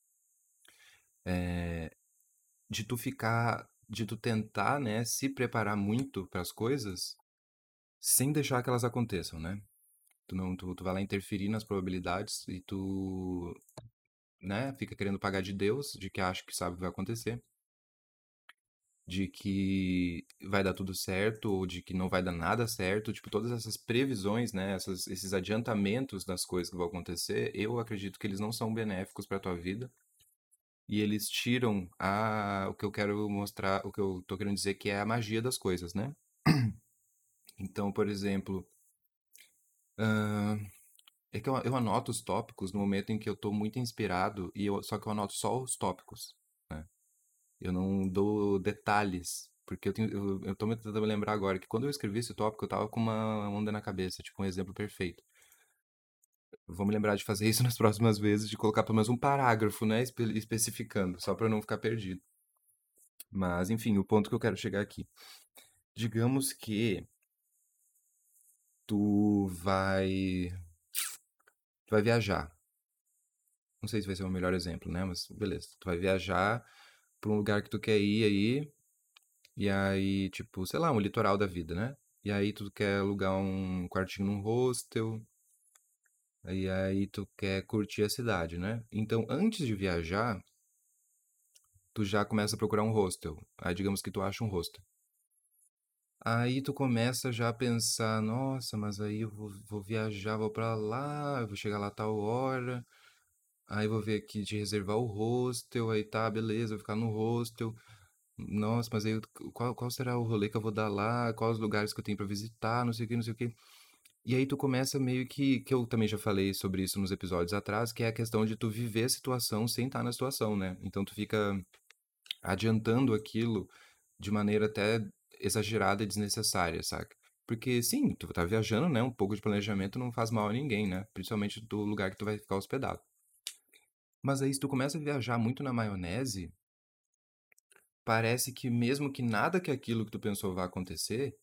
De tu tentar, né, se preparar muito para as coisas sem deixar que elas aconteçam, né? Tu vai lá interferir nas probabilidades e tu, né, fica querendo pagar de Deus, de que acha que sabe o que vai acontecer, de que vai dar tudo certo ou de que não vai dar nada certo, tipo, todas essas previsões, né, esses adiantamentos das coisas que vão acontecer, eu acredito que eles não são benéficos para tua vida e eles tiram o que eu quero mostrar, o que eu tô querendo dizer que é a magia das coisas, né? Então, por exemplo, é que eu anoto os tópicos no momento em que eu tô muito inspirado só que eu anoto só os tópicos, né? Eu não dou detalhes, porque eu tô me tentando me lembrar agora que quando eu escrevi esse tópico eu tava com uma onda na cabeça, tipo um exemplo perfeito. Eu vou me lembrar de fazer isso nas próximas vezes, de colocar pelo menos um parágrafo, né, especificando, só pra eu não ficar perdido. Mas, enfim, o ponto que eu quero chegar aqui. Digamos que tu vai, tu vai viajar. Não sei se vai ser o melhor exemplo, né? Mas beleza. Tu vai viajar pra um lugar que tu quer ir aí, e aí, tipo, sei lá, um litoral da vida, né? E aí tu quer alugar um quartinho num hostel, E aí tu quer curtir a cidade, né? Então, antes de viajar, tu já começa a procurar um hostel. Aí digamos que tu acha um hostel. Aí tu começa já a pensar, nossa, mas aí eu vou viajar, vou pra lá, eu vou chegar lá a tal hora, aí vou ver aqui de reservar o hostel, aí tá, beleza, vou ficar no hostel. Nossa, mas aí qual será o rolê que eu vou dar lá? Quais os lugares que eu tenho pra visitar? Não sei o que, não sei o que. E aí tu começa meio que eu também já falei sobre isso nos episódios atrás, que é a questão de tu viver a situação sem estar na situação, né? Então tu fica adiantando aquilo de maneira até exagerada e desnecessária, saca? Porque sim, tu tá viajando, né? Um pouco de planejamento não faz mal a ninguém, né? Principalmente do lugar que tu vai ficar hospedado. Mas aí se tu começa a viajar muito na maionese, parece que mesmo que nada que aquilo que tu pensou vá acontecer,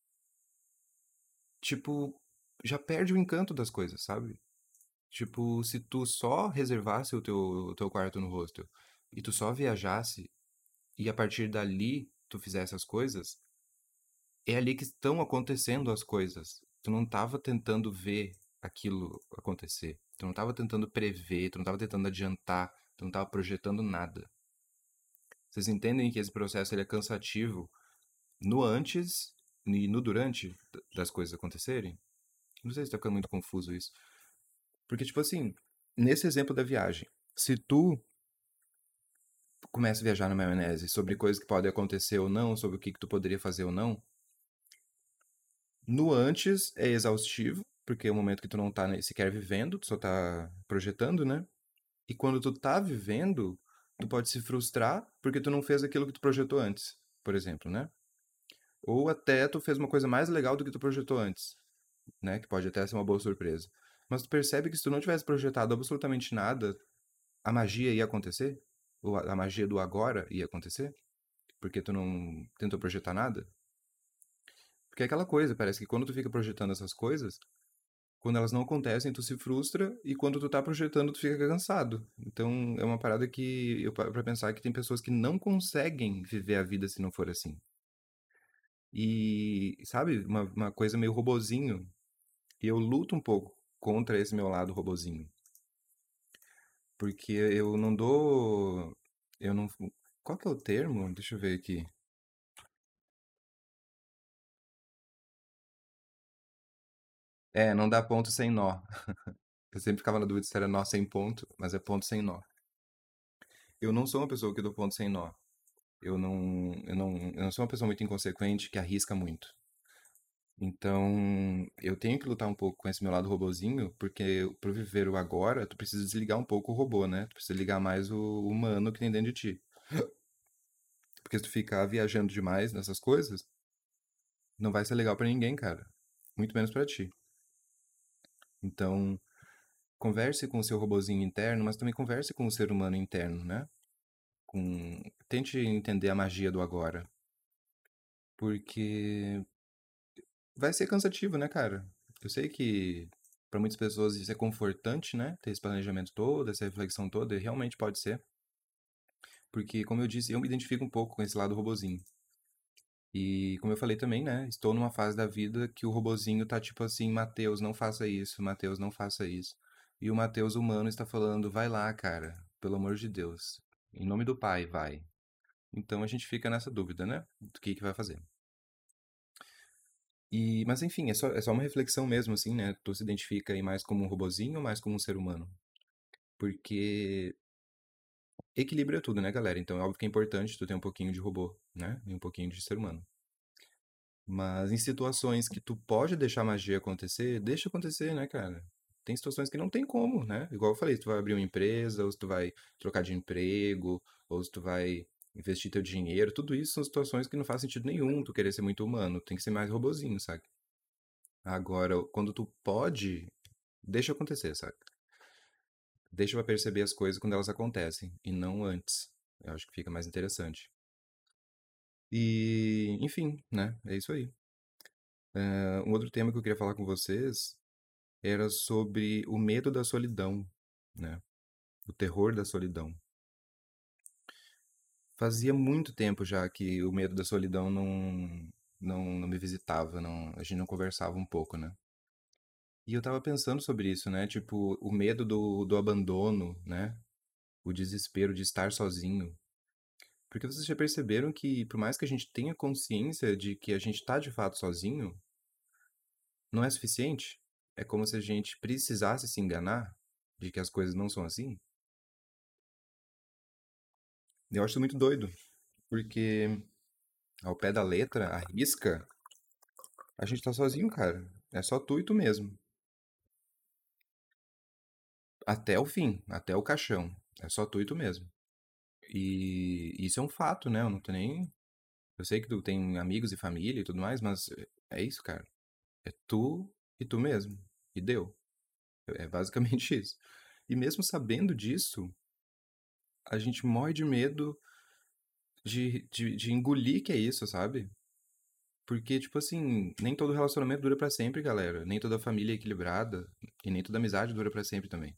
tipo, já perde o encanto das coisas, sabe? Tipo, se tu só reservasse o teu quarto no hostel e tu só viajasse e a partir dali tu fizesse as coisas, é ali que estão acontecendo as coisas. Tu não tava tentando ver aquilo acontecer. Tu não tava tentando prever, tu não tava tentando adiantar, tu não tava projetando nada. Vocês entendem que esse processo ele é cansativo no antes e no durante das coisas acontecerem? Não sei se tá ficando muito confuso isso. Porque, tipo assim, nesse exemplo da viagem, se tu começa a viajar na maionese sobre coisas que podem acontecer ou não, sobre o que tu poderia fazer ou não, no antes é exaustivo, porque é o momento que tu não tá sequer vivendo, tu só tá projetando, né? E quando tu tá vivendo, tu pode se frustrar porque tu não fez aquilo que tu projetou antes, por exemplo, né? Ou até tu fez uma coisa mais legal do que tu projetou antes, né? Que pode até ser uma boa surpresa. Mas tu percebe que se tu não tivesse projetado absolutamente nada, a magia ia acontecer? Ou a magia do agora ia acontecer? Porque tu não tentou projetar nada? Porque é aquela coisa, parece que quando tu fica projetando essas coisas, quando elas não acontecem, tu se frustra e quando tu tá projetando, tu fica cansado. Então, é uma parada que eu paro pra pensar que tem pessoas que não conseguem viver a vida se não for assim. E, sabe, uma coisa meio robozinho. E eu luto um pouco contra esse meu lado robozinho. Porque eu não dou. Eu não. Qual que é o termo? Deixa eu ver aqui. É, não dá ponto sem nó. Eu sempre ficava na dúvida se era nó sem ponto, mas é ponto sem nó. Eu não sou uma pessoa que dou ponto sem nó. Eu não sou uma pessoa muito inconsequente que arrisca muito. Então, eu tenho que lutar um pouco com esse meu lado robozinho, porque pro viver o agora, tu precisa desligar um pouco o robô, né? Tu precisa ligar mais o humano que tem dentro de ti. Porque se tu ficar viajando demais nessas coisas, não vai ser legal pra ninguém, cara. Muito menos pra ti. Então, converse com o seu robozinho interno, mas também converse com o ser humano interno, né? Tente entender a magia do agora. Porque vai ser cansativo, né, cara? Eu sei que para muitas pessoas isso é confortante, né? Ter esse planejamento todo, essa reflexão toda, e realmente pode ser. Porque, como eu disse, eu me identifico um pouco com esse lado robozinho. E, como eu falei também, né? Estou numa fase da vida que o robozinho tá tipo assim: Mateus, não faça isso, Mateus, não faça isso. E o Mateus humano está falando: vai lá, cara, pelo amor de Deus. Em nome do Pai, vai. Então a gente fica nessa dúvida, né? Do que vai fazer. Mas enfim, é só uma reflexão mesmo, assim, né? Tu se identifica aí mais como um robozinho ou mais como um ser humano? Porque equilíbrio é tudo, né, galera? Então é óbvio que é importante tu ter um pouquinho de robô, né? E um pouquinho de ser humano. Mas em situações que tu pode deixar a magia acontecer, deixa acontecer, né, cara? Tem situações que não tem como, né? Igual eu falei, se tu vai abrir uma empresa, ou se tu vai trocar de emprego, ou se tu vai investir teu dinheiro, tudo isso são situações que não faz sentido nenhum tu querer ser muito humano, tem que ser mais robozinho, sabe? Agora, quando tu pode, deixa acontecer, sabe? Deixa pra perceber as coisas quando elas acontecem, e não antes. Eu acho que fica mais interessante. E, enfim, né? É isso aí. Um outro tema que eu queria falar com vocês era sobre o medo da solidão, né? O terror da solidão. Fazia muito tempo já que o medo da solidão não me visitava, não, a gente não conversava um pouco, né? E eu tava pensando sobre isso, né? Tipo, o medo do abandono, né? O desespero de estar sozinho. Porque vocês já perceberam que, por mais que a gente tenha consciência de que a gente tá de fato sozinho, não é suficiente? É como se a gente precisasse se enganar de que as coisas não são assim? Eu acho isso muito doido, porque ao pé da letra, a risca, a gente tá sozinho, cara. É só tu e tu mesmo. Até o fim, até o caixão. É só tu e tu mesmo. E isso é um fato, né? Eu não tô nem. Eu sei que tu tem amigos e família e tudo mais, mas é isso, cara. É tu e tu mesmo. E deu. É basicamente isso. E mesmo sabendo disso, a gente morre de medo de engolir que é isso, sabe? Porque, tipo assim, nem todo relacionamento dura pra sempre, galera. Nem toda família é equilibrada. E nem toda amizade dura pra sempre também.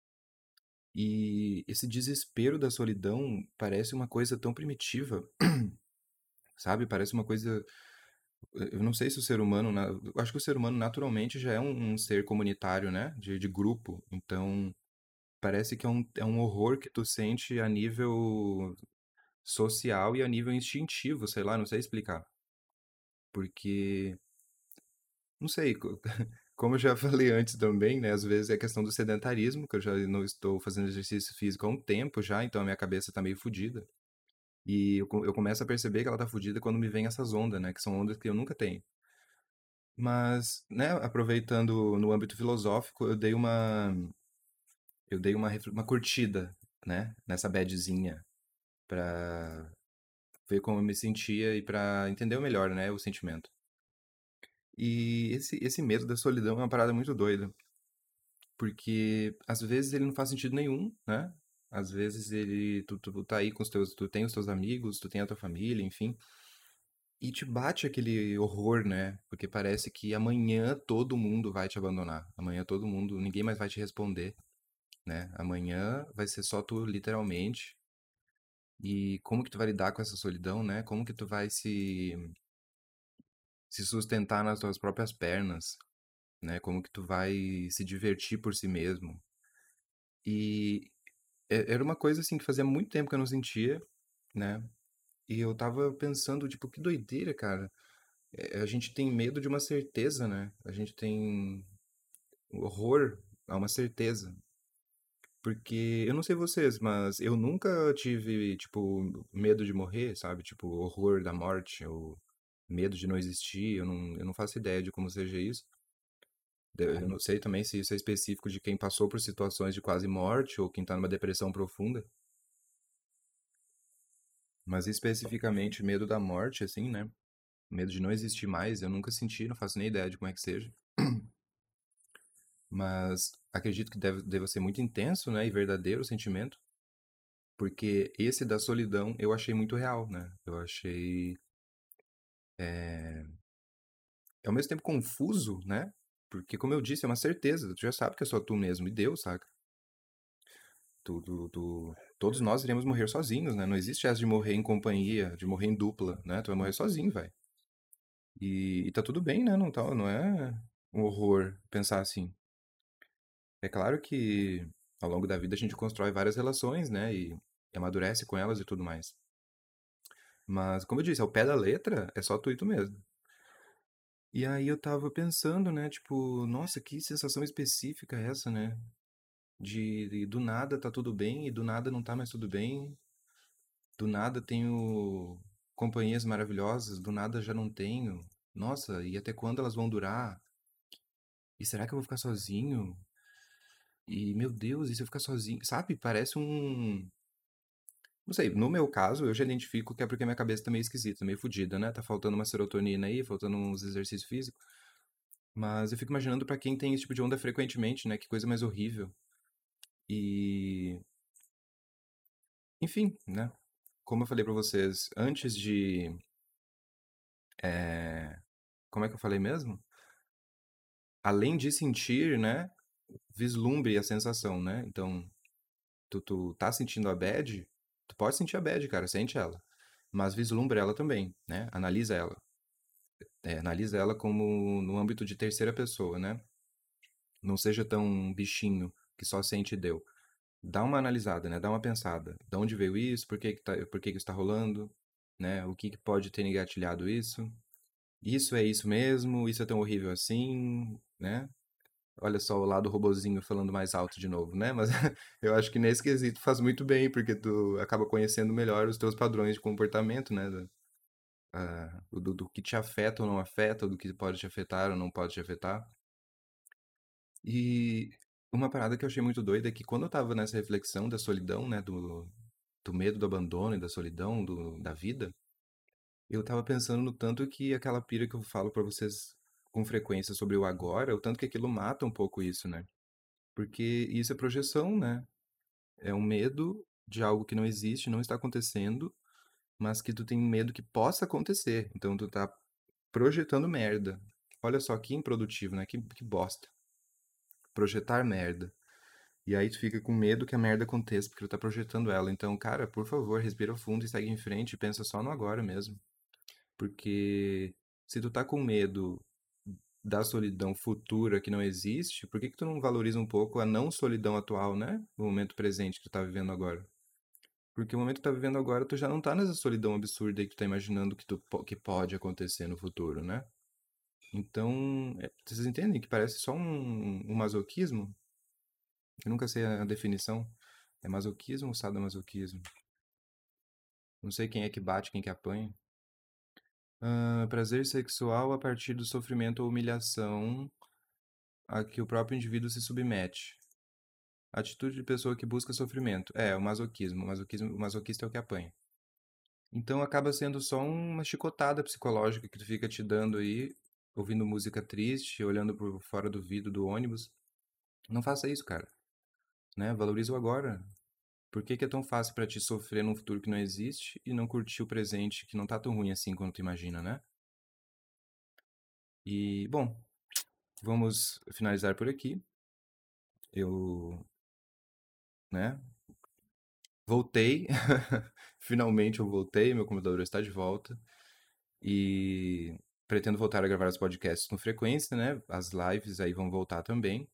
E esse desespero da solidão parece uma coisa tão primitiva, sabe? Parece uma coisa. Eu não sei se o ser humano. Eu acho que o ser humano naturalmente já é um ser comunitário, né? De grupo. Então, parece que é um horror que tu sente a nível social e a nível instintivo, sei lá, não sei explicar. Porque. Não sei, como eu já falei antes também, né? Às vezes é questão do sedentarismo, que eu já não estou fazendo exercício físico há um tempo já, então a minha cabeça tá meio fodida. E eu começo a perceber que ela tá fodida quando me vem essas ondas, né? Que são ondas que eu nunca tenho. Mas, né, aproveitando no âmbito filosófico, eu dei uma curtida, né, nessa badzinha pra ver como eu me sentia e pra entender melhor, né, o sentimento. E esse medo da solidão é uma parada muito doida, porque às vezes ele não faz sentido nenhum, né? Às vezes tu tá aí com os teus, tu tem os teus amigos, tu tem a tua família, enfim. E te bate aquele horror, né? Porque parece que amanhã todo mundo vai te abandonar. Amanhã todo mundo, ninguém mais vai te responder, né? Amanhã vai ser só tu, literalmente. E como que tu vai lidar com essa solidão, né? Como que tu vai se sustentar nas tuas próprias pernas, né? Como que tu vai se divertir por si mesmo. E era uma coisa assim que fazia muito tempo que eu não sentia, né? E eu tava pensando, tipo, que doideira, cara. A gente tem medo de uma certeza, né? A gente tem horror a uma certeza. Porque eu não sei vocês, mas eu nunca tive, tipo, medo de morrer, sabe? Tipo, horror da morte, ou medo de não existir. Eu não faço ideia de como seja isso. Eu não sei também se isso é específico de quem passou por situações de quase morte ou quem tá numa depressão profunda. Mas especificamente medo da morte, assim, né? Medo de não existir mais, eu nunca senti, não faço nem ideia de como é que seja. Mas acredito que deva ser muito intenso, né? E verdadeiro o sentimento. Porque esse da solidão eu achei muito real, né? Eu achei, ao mesmo tempo confuso, né? Porque, como eu disse, é uma certeza. Tu já sabe que é só tu mesmo. E Deus, saca? Todos nós iremos morrer sozinhos, né? Não existe essa de morrer em companhia, de morrer em dupla, né? Tu vai morrer sozinho, vai. E tá tudo bem, né? Não é um horror pensar assim. É claro que ao longo da vida a gente constrói várias relações, né? E amadurece com elas e tudo mais. Mas, como eu disse, ao pé da letra, é só tu e tu mesmo. E aí eu tava pensando, né? Tipo, nossa, que sensação específica é essa, né? De do nada tá tudo bem e do nada não tá mais tudo bem. Do nada tenho companhias maravilhosas, do nada já não tenho. Nossa, e até quando elas vão durar? E será que eu vou ficar sozinho? E, meu Deus, e se eu ficar sozinho? Sabe? Parece um. Não sei, no meu caso, eu já identifico que é porque minha cabeça tá meio esquisita, meio fodida, né? Tá faltando uma serotonina aí, faltando uns exercícios físicos. Mas eu fico imaginando pra quem tem esse tipo de onda frequentemente, né? Que coisa mais horrível. E. Enfim, né? Como eu falei pra vocês, antes de. Como é que eu falei mesmo? Além de sentir, né? Vislumbre a sensação, né? Então, tu tá sentindo a bad, tu pode sentir a bad, cara, sente ela. Mas vislumbra ela também, né? Analisa ela. Analisa ela como no âmbito de terceira pessoa, né? Não seja tão bichinho que só sente e deu. Dá uma analisada, né? Dá uma pensada. De onde veio isso? Por que que isso tá rolando? Né? O que que pode ter engatilhado isso? Isso é isso mesmo? Isso é tão horrível assim? Né? Olha só o lado robozinho falando mais alto de novo, né? Mas eu acho que nesse quesito faz muito bem, porque tu acaba conhecendo melhor os teus padrões de comportamento, né? Do que te afeta ou não afeta, do que pode te afetar ou não pode te afetar. E uma parada que eu achei muito doida é que quando eu tava nessa reflexão da solidão, né? Do medo do abandono e da solidão da vida, eu tava pensando no tanto que aquela pira que eu falo pra vocês com frequência sobre o agora, o tanto que aquilo mata um pouco isso, né? Porque isso é projeção, né? É um medo de algo que não existe, não está acontecendo, mas que tu tem medo que possa acontecer. Então tu tá projetando merda. Olha só que improdutivo, né? Que bosta. Projetar merda. E aí tu fica com medo que a merda aconteça, porque tu tá projetando ela. Então, cara, por favor, respira fundo e segue em frente e pensa só no agora mesmo. Porque se tu tá com medo da solidão futura que não existe, por que que tu não valoriza um pouco a não solidão atual, né? O momento presente que tu tá vivendo agora? Porque o momento que tu tá vivendo agora, tu já não tá nessa solidão absurda aí que tu tá imaginando que pode acontecer no futuro, né? Então, vocês entendem que parece só um masoquismo? Eu nunca sei a definição. É masoquismo ou sadomasoquismo? Não sei quem é que bate, quem que apanha. Prazer sexual a partir do sofrimento ou humilhação a que o próprio indivíduo se submete. Atitude de pessoa que busca sofrimento. É, o masoquismo. O masoquista é o que apanha. Então acaba sendo só uma chicotada psicológica que tu fica te dando aí, ouvindo música triste, olhando por fora do vidro do ônibus. Não faça isso, cara. Né? Valoriza o agora. Por que que é tão fácil pra ti sofrer num futuro que não existe e não curtir o presente que não tá tão ruim assim quanto tu imagina, né? E, bom, vamos finalizar por aqui. Eu, né, voltei. Finalmente eu voltei, meu computador está de volta. E pretendo voltar a gravar os podcasts com frequência, né? As lives aí vão voltar também.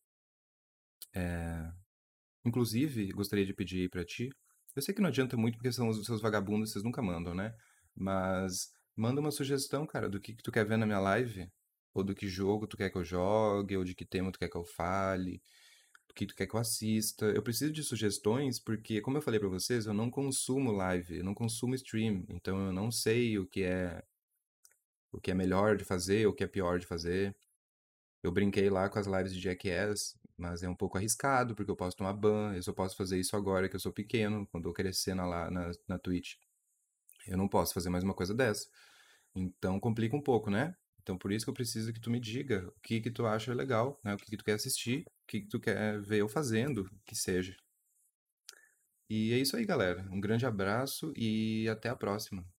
Inclusive, gostaria de pedir pra ti. Eu sei que não adianta muito porque são os seus vagabundos, vocês nunca mandam, né? Mas manda uma sugestão, cara, do que tu quer ver na minha live. Ou do que jogo tu quer que eu jogue, ou de que tema tu quer que eu fale, do que tu quer que eu assista. Eu preciso de sugestões porque, como eu falei pra vocês, eu não consumo live, eu não consumo stream. Então eu não sei o que é melhor de fazer, o que é pior de fazer. Eu brinquei lá com as lives de Jackass, mas é um pouco arriscado, porque eu posso tomar ban, eu só posso fazer isso agora que eu sou pequeno, quando eu crescer na Twitch. Eu não posso fazer mais uma coisa dessa. Então complica um pouco, né? Então por isso que eu preciso que tu me diga o que que tu acha legal, né? O que que tu quer assistir, o que que tu quer ver eu fazendo, que seja. E é isso aí, galera. Um grande abraço e até a próxima.